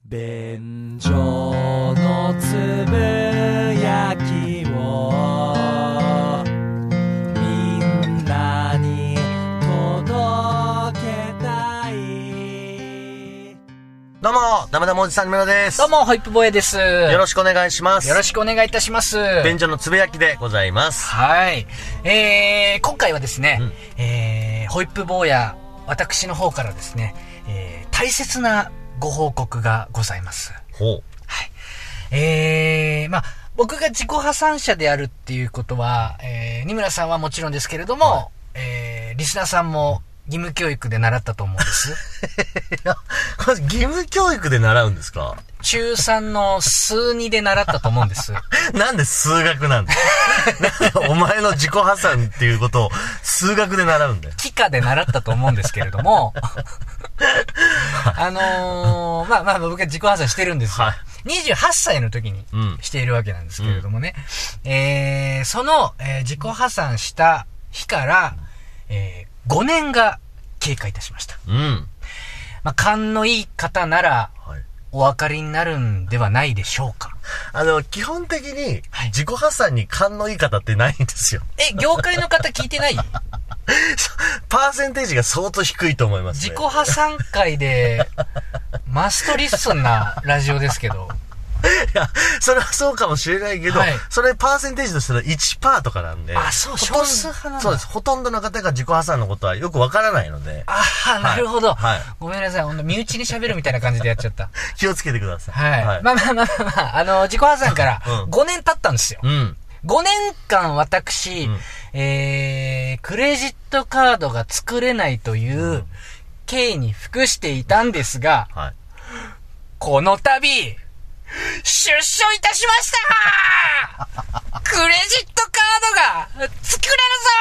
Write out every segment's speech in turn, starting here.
便所のつぶやきをみんなに届けたい。 どうも、ダメダメおじさんにむらです。 どうも、ホイップボーイです。 よろしくお願いします。 よろしくお願いいたします。 便所のつぶやきでございます。 はい。今回はですね、ホイップ坊や、私の方からですね、大切なご報告がございます。 ほう。 はい。僕が自己破産者であるっていうことは、二村さんはもちろんですけれども、リスナーさんも義務教育で習ったと思うんです。 いや、これ義務教育で習うんですか？ 中3の数2で習ったと思うんです。 なんで数学なんだなんでお前の自己破産っていうことを数学で習うんだよ。 幾何で習ったと思うんですけれども、僕は自己破産してるんですよ。はい、28歳の時にしているわけなんですけれどもね。その、自己破産した日から、5年が経過いたしました。 うん。 勘のいい方なら、 はい、 お分かりになるんではないでしょうか。 基本的に、自己破産に勘のいい方ってないんですよ。 業界の方聞いてない？ パーセンテージが相当低いと思いますね。 自己破産会で、マストリッスンなラジオですけど。 いや、それはそうかもしれないけど、はい、それパーセンテージとしては 1% とかなんで。 あ、そう、少数派なんだ。 そうです。ほとんどの方が自己破産のことはよくわからないので。 ああ、なるほど。 はい。 ごめんなさい。身内に喋るみたいな感じでやっちゃった。 気をつけてください。 はい。はい、自己破産から5年経ったんですよ。 うん。 5年間私、クレジットカードが作れないという刑に服していたんですが、はい、この度、出所いたしましたクレジットカードが作れ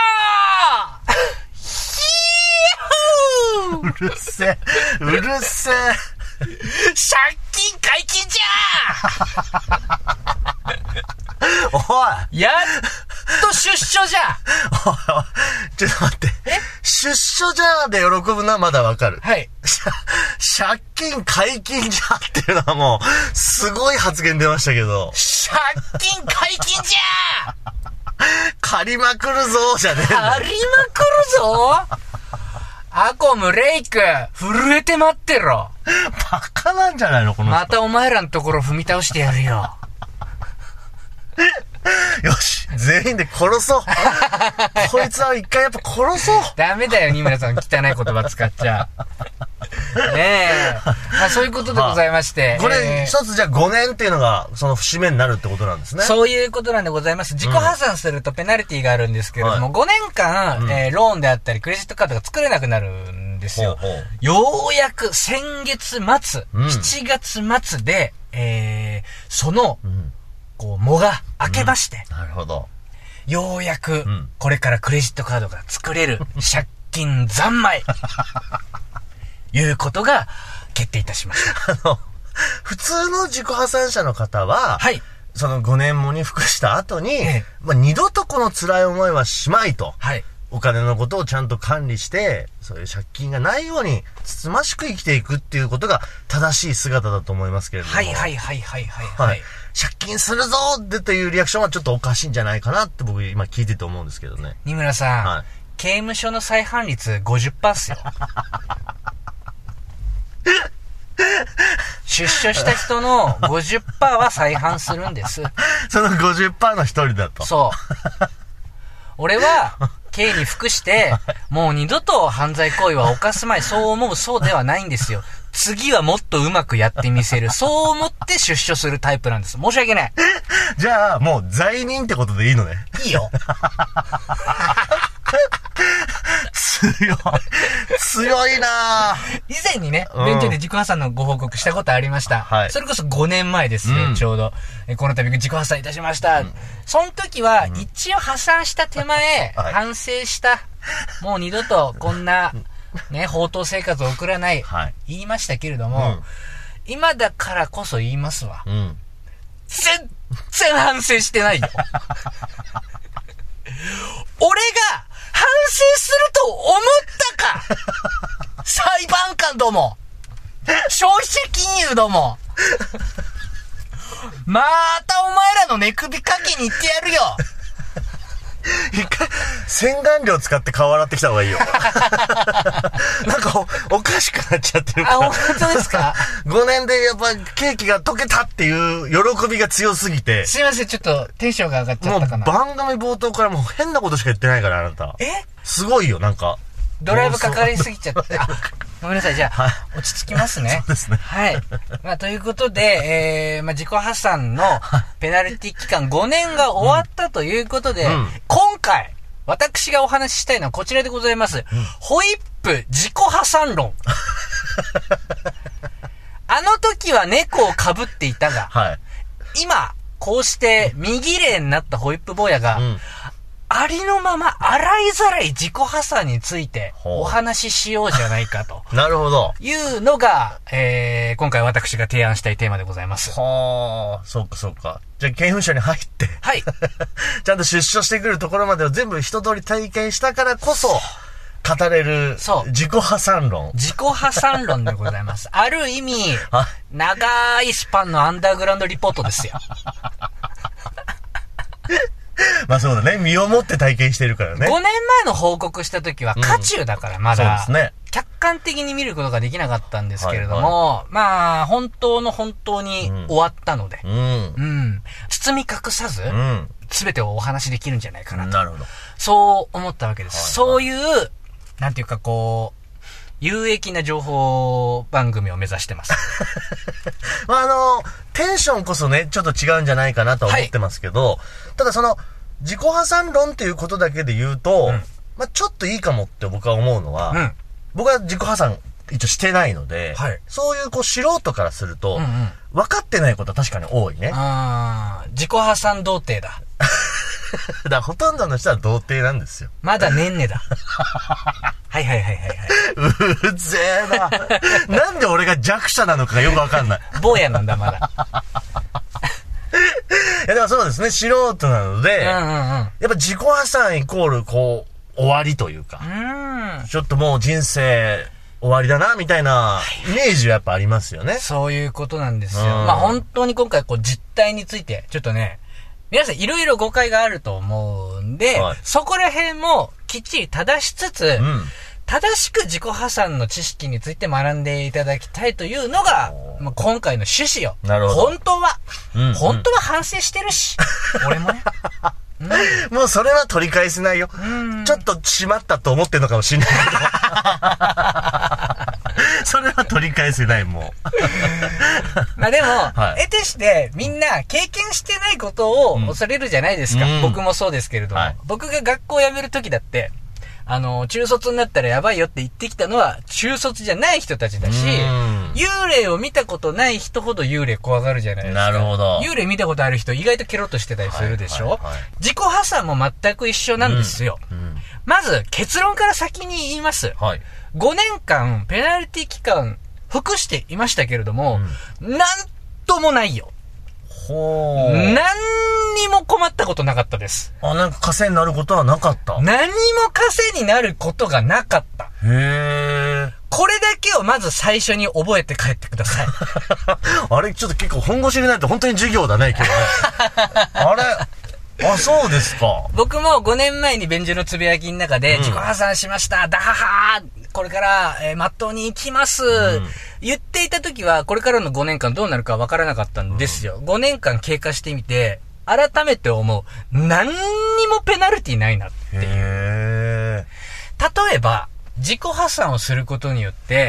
るぞうるせえ。うるせえ。 借金解禁じゃおいやっと出所じゃおいおい、ちょっと待って。出所じゃで喜ぶのはまだわかる。 はい。 借金解禁じゃっていうのはもう、すごい発言出ましたけど。 借金解禁じゃ借りまくるぞじゃねえんだよ。 借りまくるぞアコムレイク、震えて待ってろ。 バカなんじゃないのこの人。 またお前らのところ踏み倒してやるよ。 よし、全員で殺そう。こいつは一回やっぱ殺そう。 ダメだよ、二村さん。汚い言葉使っちゃ。ねえ。そういうことでございまして。 これ、一つじゃあ5年っていうのが、その節目になるってことなんですね。 そういうことなんでございます。自己破産するとペナルティがあるんですけれども、5年間、ローンであったり、クレジットカードが作れなくなるんですよ。ようやく先月末、7月末で、その、藻が開けまして。 なるほど。 ようやく、これからクレジットカードが作れる借金三昧。いうことが決定いたしました。 普通の自己破産者の方は、 はい。 その5年もに服した後に、二度とこの辛い思いはしまいと。 はい。 お金のことをちゃんと管理して、そういう借金がないように、つつましく生きていくっていうことが正しい姿だと思いますけれども。 はい。 借金するぞってというリアクションはちょっとおかしいんじゃないかなって僕今聞いてて思うんですけどね。 二村さん、刑務所の再犯率 50% っすよ。出所した人の 50% は再犯するんです。 その 50% の一人だと。 そう。俺は、刑に服して、もう二度と犯罪行為は犯すまい、そう思うそうではないんですよ。次はもっとうまくやってみせる。そう思って出所するタイプなんです。申し訳ない。 じゃあ、もう罪人ってことでいいのね。 いいよ。 強いなぁ。 以前にね、便所で自己破産のご報告したことありました。はい、それこそ5年前ですよ、ちょうど。この度自己破産いたしました。その時は、一応破産した手前、反省した。もう二度とこんな、ね、放蕩生活を送らない。言いましたけれども、今だからこそ言いますわ。全然反省してないよ。俺が反省すると思ったか裁判官ども消費者金融どもまたお前らの寝首かきに行ってやるよ。 一回、洗顔料使って顔洗ってきた方がいいよ。なんかおかしくなっちゃってるから。 あ、本当ですか 5年でやっぱケーキが溶けたっていう喜びが強すぎて。 すいません、ちょっとテンションが上がっちゃったかな。 もう番組冒頭からもう変なことしか言ってないから、あなた。すごいよ、なんか。 ドライブかかりすぎちゃって。あ、ごめんなさい。じゃあ、落ち着きますね。 そうですね。 はい。まあ、ということで、自己破産のペナルティ期間5年が終わったということで、今回、私がお話ししたいのはこちらでございます。ホイップ自己破産論。あの時は猫を被っていたが、今、こうして右霊になったホイップ坊やが、ありのまま洗いざらい自己破産についてお話ししようじゃないかと。 なるほど。 いうのが、今回私が提案したいテーマでございます。 はあ、そうかそうか。じゃあ刑務所に入って。 はい。 ちゃんと出所してくるところまでを全部一通り体験したからこそ、語れる自己破産論。 自己破産論でございます。ある意味、長いスパンのアンダーグラウンドリポートですよ。 まあそうだね。身をもって体験してるからね。 5年前の報告した時は渦中だからまだ、 そうですね。 客観的に見ることができなかったんですけれども、まあ、本当に終わったので、包み隠さず、すべてをお話しできるんじゃないかなと。 なるほど。 そう思ったわけです。そういう、なんていうかこう、有益な情報番組を目指してます。 まあテンションこそね、ちょっと違うんじゃないかなと思ってますけど、ただ自己破産論っていうことだけで言うと、まあちょっといいかもって僕は思うのは、僕は自己破産一応してないので、そういう素人からすると、分かってないことは確かに多いね。 自己破産童貞だ。 だからほとんどの人は童貞なんですよ。 まだねんねだ。はいはいはいはいはい。 うぜえな。なんで俺が弱者なのかがよくわかんない。 坊やなんだまだ。 いやでもそうですね、素人なので、やっぱ自己破産イコール終わりというか、ちょっともう人生終わりだなみたいなイメージはやっぱありますよね。 そういうことなんですよ。まあ本当に今回実態についてちょっとね、皆さんいろいろ誤解があると思うんで、そこら辺もきっちり正しつつ、正しく自己破産の知識について学んでいただきたいというのが、今回の趣旨よ。 なるほど。 本当は反省してるし、俺もね。 もうそれは取り返せないよ。ちょっとしまったと思ってるのかもしれないけど。それは取り返せない、もう。まあでも、得てしてみんな経験してないことを恐れるじゃないですか。僕もそうですけれども。僕が学校を辞めるときだって、中卒になったらやばいよって言ってきたのは、中卒じゃない人たちだし、幽霊を見たことない人ほど幽霊怖がるじゃないですか。 なるほど。 幽霊見たことある人意外とケロッとしてたりするでしょ。自己破産も全く一緒なんですよ。まず、結論から先に言います。5年間、ペナルティ期間、服していましたけれども、なんともないよ。何にも困ったことなかったです。 なんか稼になることはなかった。 何にも稼になることがなかった。これだけをまず最初に覚えて帰ってください。 あれ、ちょっと結構本腰入れないと本当に授業だね、今日ね。あれそうですか。 僕も5年前に便所のつぶやきの中で、自己破産しました、ダハハこれから、まっとうに行きます、言っていた時は、これからの5年間どうなるかわからなかったんですよ。5年間経過してみて、改めて思う。何にもペナルティないなっていう。例えば、自己破産をすることによって、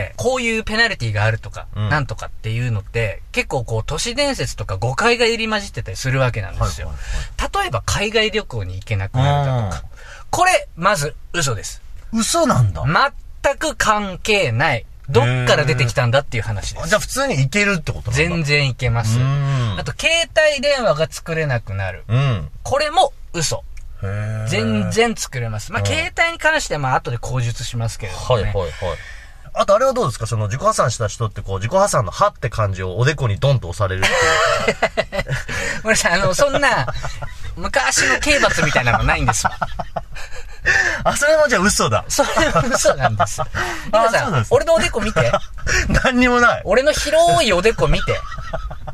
こういうペナルティがあるとか、なんとかっていうのって、結構都市伝説とか誤解が入り混じってたりするわけなんですよ。例えば、海外旅行に行けなくなるだとか。これ、まず、嘘です。 嘘なんだ。 全く関係ない。どっから出てきたんだっていう話です。 じゃあ普通に行けるってことなんだ。 全然行けます。あと、携帯電話が作れなくなる。これも嘘。全然作れます。まあ、携帯に関しては後で口述しますけれどもね。あとあれはどうですか？ 自己破産した人って自己破産の歯って感じをおでこにドンと押されるっていう。 ごめんなさい、そんな、昔の刑罰みたいなのないんですわ。 それもじゃあ嘘だ。 それは嘘なんです。皆さん、俺のおでこ見て。 何にもない。 俺の広いおでこ見て。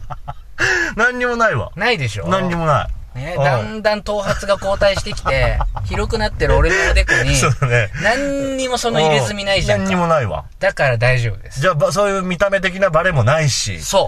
何にもないわ。 ないでしょ。 何にもない。 ね、だんだん頭髪が後退してきて、広くなってる俺のおでこに、 そうだね。 何にもその入れ墨ないじゃんか。 何にもないわ。 だから大丈夫です。 じゃあ、そういう見た目的なバレもないし。 そう。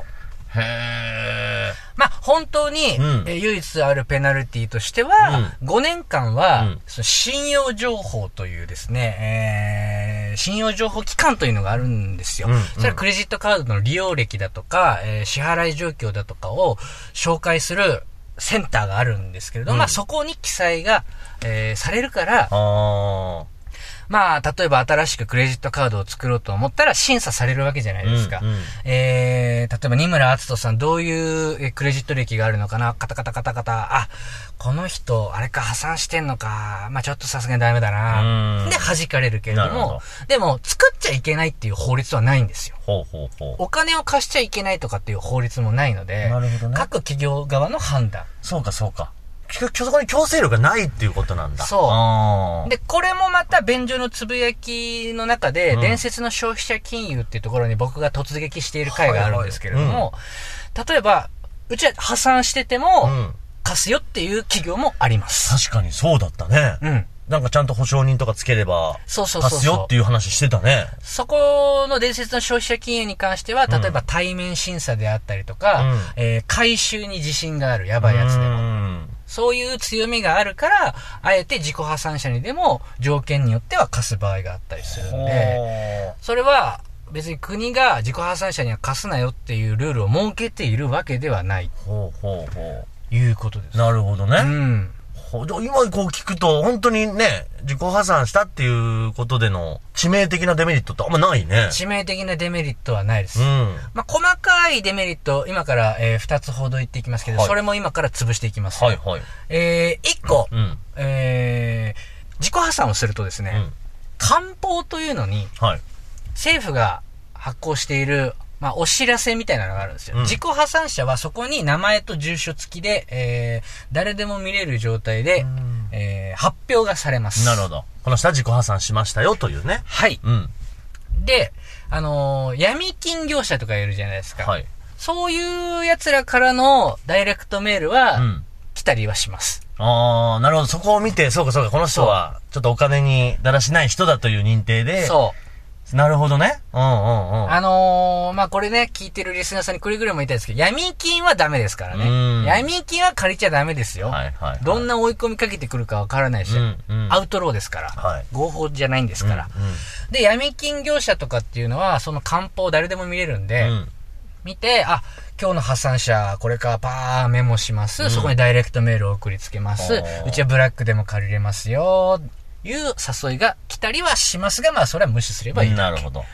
へー。 まあ、本当に、唯一あるペナルティとしては、5年間は、その信用情報というですね、信用情報機関というのがあるんですよ。それはクレジットカードの利用歴だとか、支払い状況だとかを紹介するセンターがあるんですけれど、まあ、そこに記載が、されるから、まあ、例えば新しくクレジットカードを作ろうと思ったら審査されるわけじゃないですか。例えば、二村篤人さんどういうクレジット歴があるのかな、カタカタカタカタ、あ、この人、あれか破産してんのか、まあちょっとさすがにダメだな。で、弾かれるけれども、でも、作っちゃいけないっていう法律はないんですよ。お金を貸しちゃいけないとかっていう法律もないので、各企業側の判断。 そうか、そうか。そこに強制力がないっていうことなんだ。 そう。で、これもまた便所のつぶやきの中で、伝説の消費者金融っていうところに僕が突撃している回があるんですけれども、例えば、うちは破産してても、貸すよっていう企業もあります。 確かにそうだったね。なんかちゃんと保証人とかつければ、貸すよっていう話してたね。 そこの伝説の消費者金融に関しては、例えば対面審査であったりとか、回収に自信があるやばいやつでも。そういう強みがあるから、あえて自己破産者にでも条件によっては貸す場合があったりするんで、それは別に国が自己破産者には貸すなよっていうルールを設けているわけではない。いうことです。 なるほどね。今こう聞くと、本当にね、自己破産したっていうことでの致命的なデメリットってあんまないね。 致命的なデメリットはないです。まあ、細かいデメリット、今から、2つほど言っていきますけど、それも今から潰していきます。1個、自己破産をするとですね、官報というのに、政府が発行している、まあ、お知らせみたいなのがあるんですよ。自己破産者はそこに名前と住所付きで、誰でも見れる状態で、発表がされます。 なるほど。この人は自己破産しましたよというね。 はい。で、闇金業者とかいるじゃないですか。そういう奴らからのダイレクトメールは、来たりはします。 なるほど。そこを見て、そうか、この人は、ちょっとお金にだらしない人だという認定で。なるほどね。まあ、これね、聞いてるリスナーさんにくれぐれも言いたいですけど、闇金はダメですからね。闇金は借りちゃダメですよ。どんな追い込みかけてくるかわからないし、アウトローですから。合法じゃないんですから。で、闇金業者とかっていうのは、その官報誰でも見れるんで、見て、あ、今日の破産者、これからパーメモします。そこにダイレクトメールを送りつけます。うちはブラックでも借りれますよ。いう誘いが来たりはしますが、まあそれは無視すればいいだけ。 なるほど。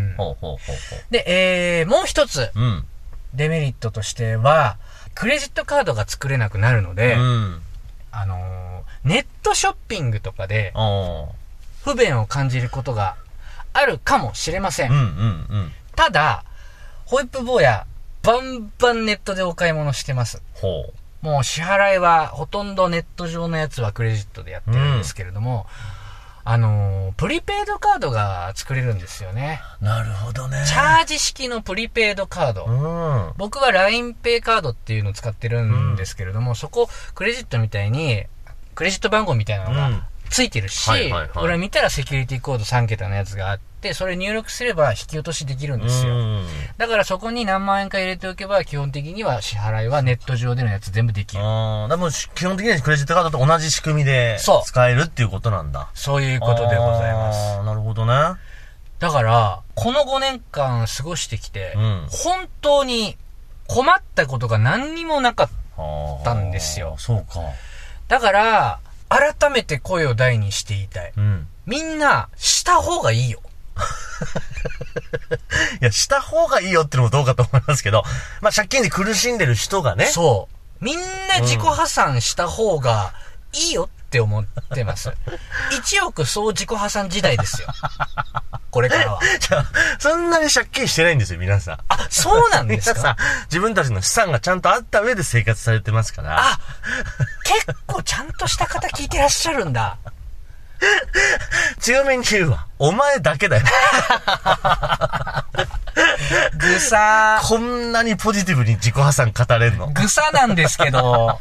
で、もう一つ、デメリットとしては、クレジットカードが作れなくなるので、ネットショッピングとかで、不便を感じることがあるかもしれません。ただ、ホイップ坊や、バンバンネットでお買い物してます。もう支払いはほとんどネット上のやつはクレジットでやってるんですけれども、プリペイドカードが作れるんですよね。 なるほどね。 チャージ式のプリペイドカード。僕は LINEPay カードっていうのを使ってるんですけれども、そこクレジットみたいに、クレジット番号みたいなのがついてるし、俺見たらセキュリティコード3桁のやつがあって、それ入力すれば引き落としできるんですよ。だからそこに何万円か入れておけば、基本的には支払いはネット上でのやつ全部できる。 でも基本的にはクレジットカードと同じ仕組みで使えるっていうことなんだ。 そういうことでございます。 なるほどね。 だから、この5年間過ごしてきて、本当に困ったことが何にもなかったんですよ。 そうか。だから、改めて声を大にして言いたい。みんな、した方がいいよ。 いや、した方がいいよってのもどうかと思いますけど、まあ、借金で苦しんでる人がね。 そう。みんな自己破産した方がいいよって思ってます。1億総自己破産時代ですよ。これからは。 じゃあ、そんなに借金してないんですよ、皆さん。 あ、そうなんですか？ 皆さん、自分たちの資産がちゃんとあった上で生活されてますから。 あ、結構ちゃんとした方聞いてらっしゃるんだ。 強めに言うわ。お前だけだよ。 ぐさこんなにポジティブに自己破産語れんの？ ぐさなんですけど。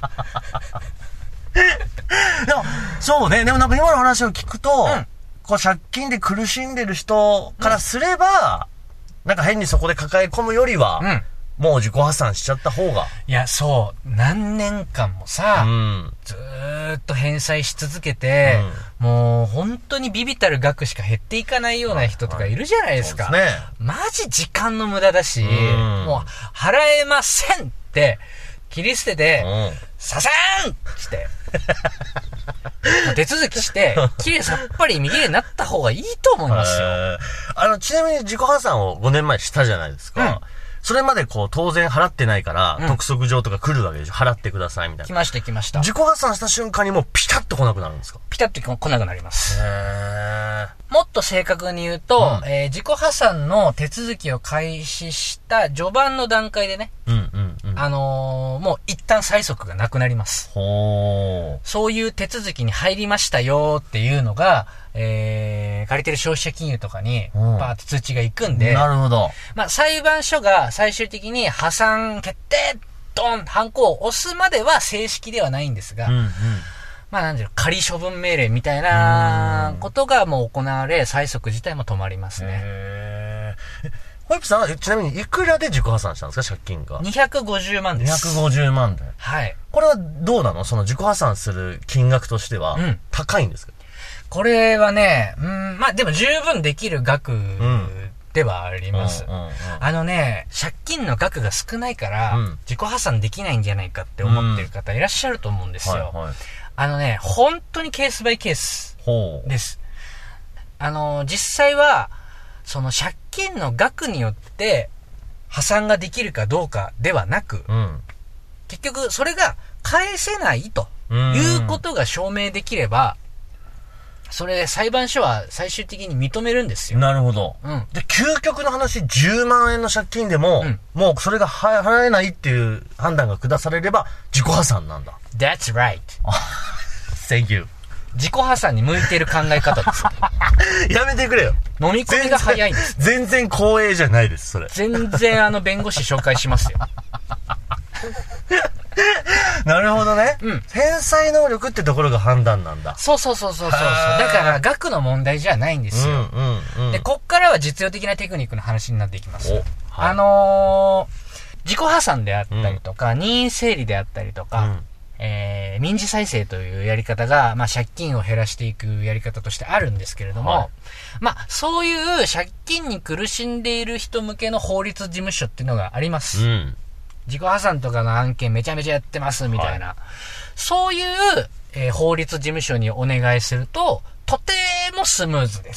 でも、そうね。でもなんか今の話を聞くと、こう借金で苦しんでる人からすれば、なんか変にそこで抱え込むよりは、もう自己破産しちゃった方が。 いや、そう。何年間もさ、ずーっと返済し続けて、もう本当にビビたる額しか減っていかないような人とかいるじゃないですか。 そうですね。 マジ時間の無駄だし、もう払えませんって、切り捨てて、ささーんって手続きして、きれいさっぱり見切れになった方がいいと思いますよ。 ちなみに自己破産を5年前したじゃないですか。それまでこう当然払ってないから、督促状とか来るわけでしょ。払ってくださいみたいな。 来ました来ました。 自己破産した瞬間にもうピタッと来なくなるんですか？ ピタッと来なくなります。もっと正確に言うと、自己破産の手続きを開始した序盤の段階でね、もう一旦催促がなくなります。そういう手続きに入りましたよっていうのが、借りてる消費者金融とかに、バーッと通知が行くんで、 なるほど。 まあ、裁判所が最終的に破産決定、ドン、ハンコを押すまでは正式ではないんですが、まあ、なんていうの、仮処分命令みたいなことがもう行われ、催促自体も止まりますね。 ホイップさんはちなみにいくらで自己破産したんですか、借金が ？250万です。 250万で。 はい。 これはどうなの？その自己破産する金額としては、高いんですか？ これはね、まあでも十分できる額ではあります。借金の額が少ないから、自己破産できないんじゃないかって思ってる方いらっしゃると思うんですよ。本当にケースバイケースです。実際は、その借金の額によって破産ができるかどうかではなく、結局それが返せないということが証明できれば、それ裁判所は最終的に認めるんですよ。 なるほど。で、究極の話、10万円の借金でも、もうそれが払えないっていう判断が下されれば自己破産なんだ。 That's right. Thank you. 自己破産に向いている考え方です。 やめてくれよ。 飲み込みが早いんです。 全然光栄じゃないです、それ。 全然弁護士紹介しますよ。 なるほどね。返済能力ってところが判断なんだ。 そう。だから額の問題じゃないんですよ。で、こっからは実用的なテクニックの話になっていきます。自己破産であったりとか、任意整理であったりとか、民事再生というやり方が、まあ、借金を減らしていくやり方としてあるんですけれども、まあ、そういう借金に苦しんでいる人向けの法律事務所っていうのがあります。自己破産とかの案件めちゃめちゃやってますみたいな。そういう、法律事務所にお願いすると、とてもスムーズです。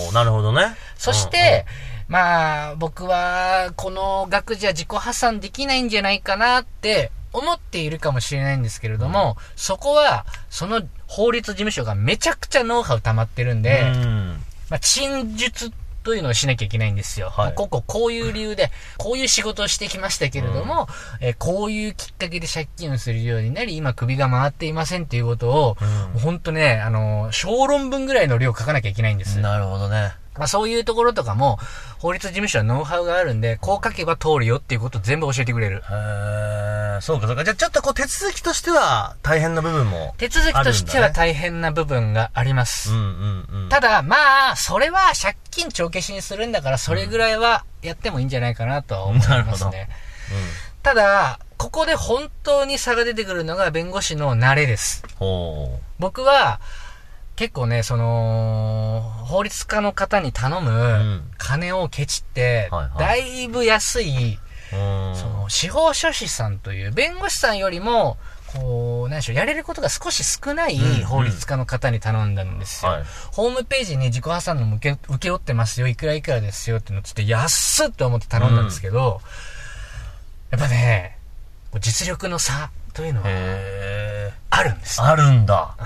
なるほどね。 そして、まあ、僕は、この額じゃ自己破産できないんじゃないかなって思っているかもしれないんですけれども、そこは、その法律事務所がめちゃくちゃノウハウ溜まってるんで、まあ、陳述というのをしなきゃいけないんですよ。こういう理由で、こういう仕事をしてきましたけれども、こういうきっかけで借金をするようになり、今首が回っていませんっていうことを、ほんとね、小論文ぐらいの量書かなきゃいけないんです。 なるほどね。 まあそういうところとかも、法律事務所はノウハウがあるんで、こう書けば通るよっていうことを全部教えてくれる。 そうか。じゃあちょっとこう手続きとしては大変な部分もあるんだね。 手続きとしては大変な部分があります。ただ、まあ、それは借金帳消しにするんだから、それぐらいはやってもいいんじゃないかなとは思いますね。ただ、ここで本当に差が出てくるのが弁護士の慣れです。僕は、結構ね、法律家の方に頼む金をケチって、だいぶ安い、司法書士さんという弁護士さんよりも、何でしょう、やれることが少し少ない法律家の方に頼んだんですよ。ホームページに自己破産の請け負ってますよ、いくらいくらですよってのつって安っと思って頼んだんですけど、やっぱね、実力の差というのはあるんです、 あるんだ。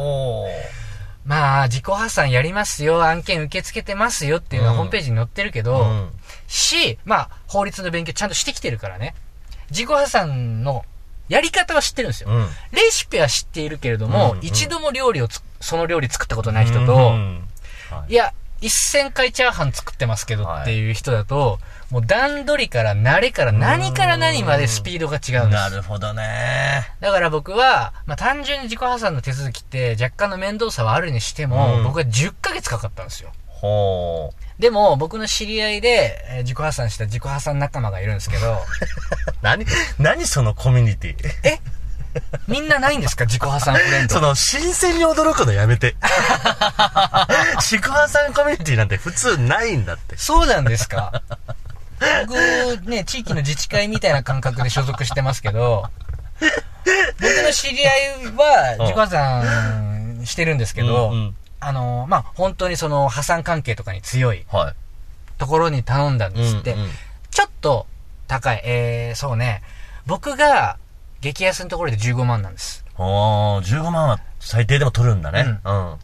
まあ、自己破産やりますよ、案件受け付けてますよっていうのはホームページに載ってるけど、まあ、法律の勉強ちゃんとしてきてるからね、自己破産のやり方は知ってるんですよ。レシピは知っているけれども、一度もその料理作ったことない人と、いや、 1000回チャーハン作ってますけどっていう人だと、もう段取りから慣れから何から何までスピードが違うんです。 なるほどね。 だから僕は、単純に自己破産の手続きって若干の面倒さはあるにしても、僕は10ヶ月かかったんですよ。 ほう。 でも、僕の知り合いで、自己破産した自己破産仲間がいるんですけど。 何そのコミュニティ。 みんなないんですか自己破産フレンド。 新鮮に驚くのやめて。自己破産コミュニティなんて普通ないんだって。 そうなんですか。僕、ね、地域の自治会みたいな感覚で所属してますけど、僕の知り合いは自己破産してるんですけど、本当にその破産関係とかに強いところに頼んだんですって。ちょっと高い。そうね。僕が激安のところで15万なんです。 15万は最低でも取るんだね。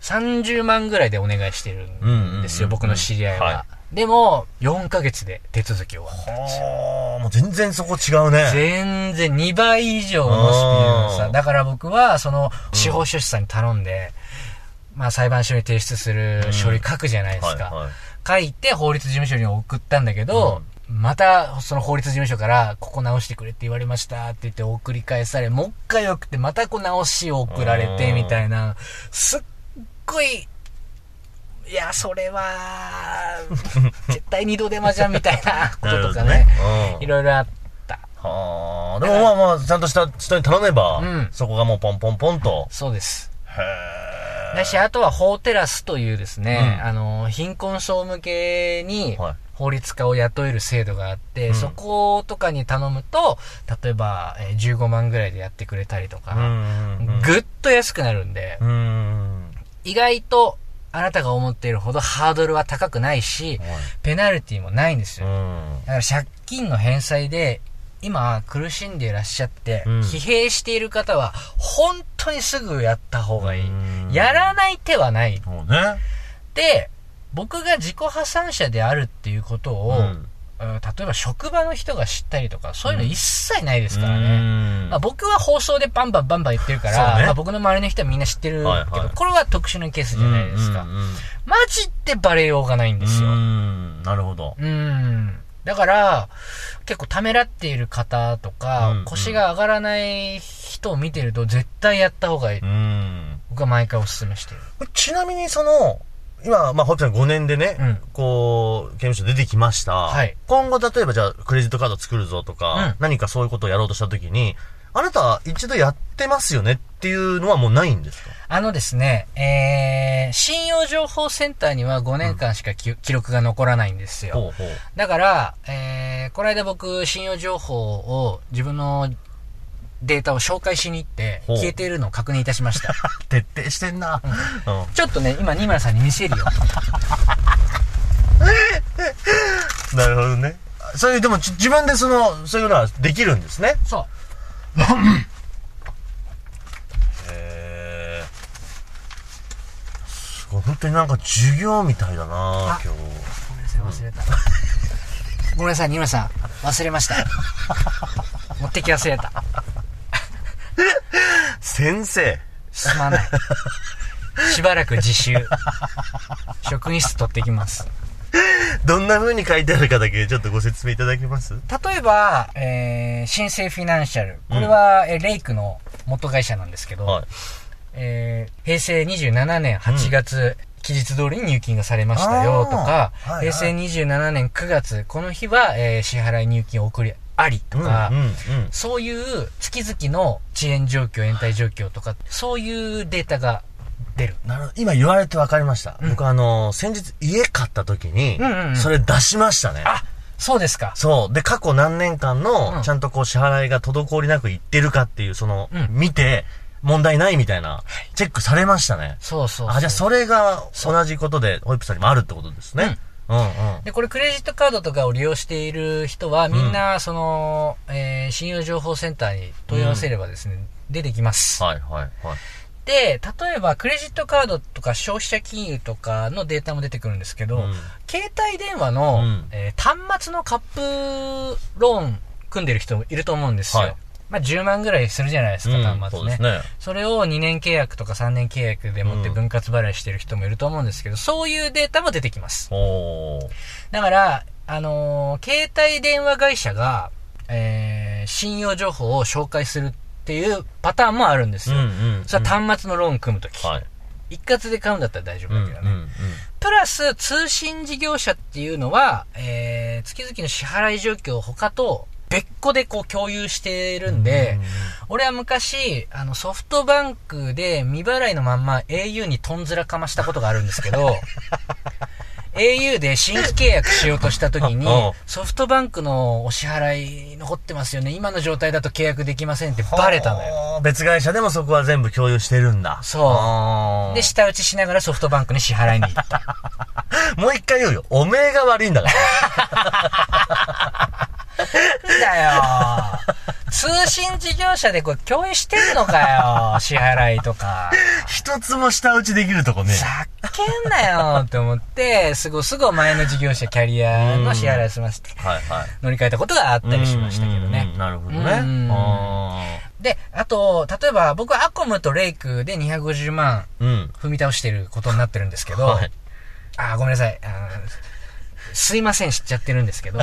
30万ぐらいでお願いしてるんですよ、僕の知り合いは。でも、4ヶ月で手続き終わったんですよ。 もう全然そこ違うね。 全然2倍以上のスピードさ。だから僕は、司法書士さんに頼んで、裁判所に提出する書類書くじゃないですか。書いて法律事務所に送ったんだけど、また、その法律事務所から、ここ直してくれって言われましたって言って送り返され、もう一回送って、また直しを送られて、みたいな、すっごい、いや、それは、絶対二度手間じゃんみたいなこととかね、いろいろあった。 でもちゃんとした人に頼めば、そこがもうポンポンポンと。 そうです。だし、あとは法テラスというですね、貧困層向けに、法律家を雇える制度があって、そことかに頼むと、例えば、15万ぐらいでやってくれたりとか、ぐっと安くなるんで、意外とあなたが思っているほどハードルは高くないし、ペナルティもないんですよ。だから借金の返済で、今苦しんでいらっしゃって、疲弊している方は、本当にすぐやった方がいい。やらない手はない。で、僕が自己破産者であるっていうことを、例えば職場の人が知ったりとか、そういうの一切ないですからね。僕は放送でバンバン言ってるから、僕の周りの人はみんな知ってるけど、これは特殊なケースじゃないですか。マジでバレようがないんですよ。 なるほど。 だから、結構ためらっている方とか、腰が上がらない人を見てると絶対やった方がいい。僕は毎回お勧めしてる。 ちなみに今、ホイップさん5年でね、刑務所出てきました。今後例えばじゃあクレジットカード作るぞとか、何かそういうことをやろうとしたときに、あなた一度やってますよねっていうのはもうないんですか？ ですね、信用情報センターには5年間しか記録が残らないんですよ。だから、この間僕、信用情報を自分のデータを紹介しに行って、消えているのを確認いたしました。 徹底してんな。 ちょっとね、今、新村さんに見せるよ。 なるほどね。そういう、でも自分でそういうのはできるんですね。 そう。 すごい、本当になんか授業みたいだな、今日。 ごめんなさい、忘れた。ごめんなさい、新村さん。忘れました。持ってき忘れた。 先生。 すまない。しばらく自習。職員室取ってきます。 どんな風に書いてあるかだけちょっとご説明いただけます？ 例えば、新生フィナンシャル。これは、レイクの元会社なんですけど、平成27年8月、期日通りに入金がされましたよとか、平成27年9月、この日は、支払い入金を送りありとか、そういう月々の遅延状況、延滞状況とか、そういうデータが出る。 なるほど。今言われて分かりました。僕先日家買った時に、それ出しましたね。 あ、そうですか。 そう。で、過去何年間の、ちゃんと支払いが滞りなくいってるかっていう、見て、問題ないみたいな、チェックされましたね。 そう。 じゃあそれが同じことで、ホイップさんにもあるってことですね。 で、これクレジットカードとかを利用している人は、みんな、信用情報センターに問い合わせればですね、出てきます。で、例えばクレジットカードとか消費者金融とかのデータも出てくるんですけど、携帯電話の、端末のカップローン組んでる人もいると思うんですよ。 まあ、10万ぐらいするじゃないですか、端末ね。 そうですね。 それを2年契約とか3年契約でもって分割払いしてる人もいると思うんですけど、そういうデータも出てきます。だから、携帯電話会社が、信用情報を紹介するっていうパターンもあるんですよ。それは端末のローン組むとき。一括で買うんだったら大丈夫だけどね。プラス、通信事業者っていうのは、月々の支払い状況を他と別個でこう共有してるんで、俺は昔、ソフトバンクで未払いのまんま au にトンズラかましたことがあるんですけど、au で新規契約しようとした時に、ソフトバンクのお支払い残ってますよね。今の状態だと契約できませんってバレたのよ。 別会社でもそこは全部共有してるんだ。 そう。で、下打ちしながらソフトバンクに支払いに行った。 もう一回言うよ。おめえが悪いんだから。 だよ。通信事業者でこう共有してんのかよ。支払いとか。 一つも下打ちできるとこね。 ざけんなよって思って、すぐ前の事業者キャリアの支払いを済ませて、乗り換えたことがあったりしましたけどね。 なるほどね。 で、あと、例えば僕はアコムとレイクで250万踏み倒してることになってるんですけど、ごめんなさい。すいませんしちゃってるんですけど。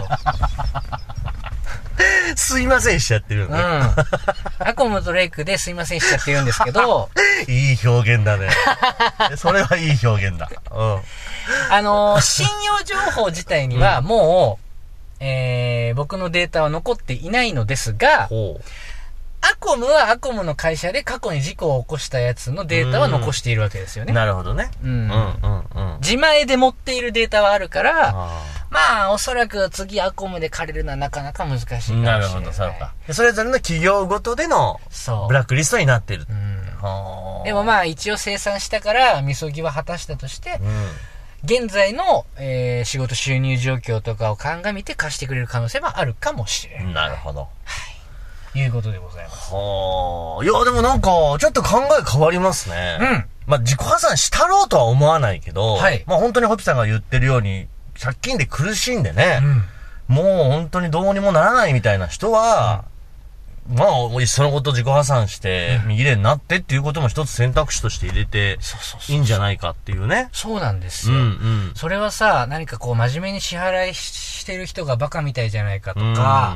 すいませんしちゃってるんだ。 アコムとレイクですいませんしちゃってるんですけど。 いい表現だね。それはいい表現だ。 信用情報自体にはもう、僕のデータは残っていないのですが、アコムはアコムの会社で過去に事故を起こしたやつのデータは残しているわけですよね。 なるほどね。 自前で持っているデータはあるから、まあ、おそらく次アコムで借りるのはなかなか難しいかもしれない。 なるほど、そうか。それぞれの企業ごとでのブラックリストになっている。 でもまあ、一応生産したから、みそぎは果たしたとして、現在の、仕事収入状況とかを鑑みて貸してくれる可能性はあるかもしれない。 なるほど。 いうことでございます。 いや、でもなんか、ちょっと考え変わりますね。まあ、自己破産したろうとは思わないけど、まあ本当にホピさんが言ってるように、借金で苦しんでね、もう本当にどうにもならないみたいな人は、まあ、いっそのこと自己破産して、右霊になってっていうことも一つ選択肢として入れて、いいんじゃないかっていうね。 そうなんですよ。それはさ、何かこう真面目に支払いしてる人がバカみたいじゃないかとか、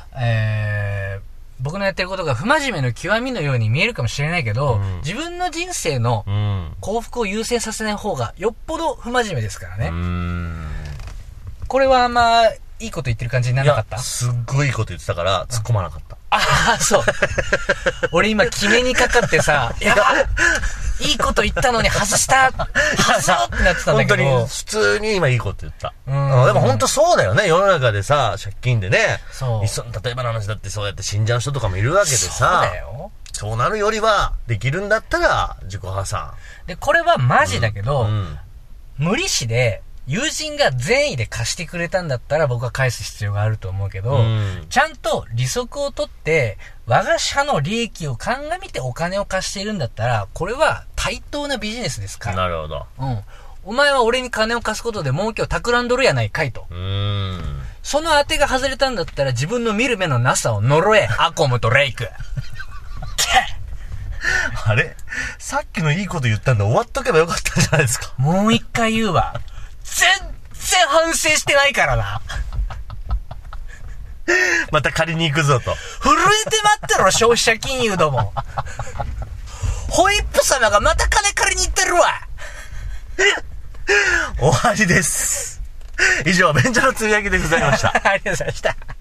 僕のやってることが不真面目の極みのように見えるかもしれないけど、自分の人生の幸福を優先させない方がよっぽど不真面目ですからね。これはあんまいいこと言ってる感じにならなかった？いや、 すっごいいいこと言ってたから突っ込まなかった。 そう。俺今決めにかかってさ、いや、いいこと言ったのに外した外そうってなってたんだけど。 本当に普通に今いいこと言った。でも本当そうだよね。世の中でさ、借金でね。例えばの話だってそうやって死んじゃう人とかもいるわけでさ。そうだよ。そうなるよりは、できるんだったら自己破産。 で、これはマジだけど、無利子で、友人が善意で貸してくれたんだったら僕は返す必要があると思うけど、ちゃんと利息を取って、我が社の利益を鑑みてお金を貸しているんだったら、これは対等なビジネスですから。 なるほど。 お前は俺に金を貸すことで儲けを企んどるやないかいと。その当てが外れたんだったら自分の見る目のなさを呪え、アコムとレイク。 あれ？さっきのいいこと言ったんで終わっとけばよかったんじゃないですか。 もう一回言うわ。全然反省してないからな。 また借りに行くぞと。 震えて待ってろ、消費者金融ども。ホイップ様がまた金借りに行ってるわ。 終わりです。以上、便所のつぶやきでございました。 ありがとうございました。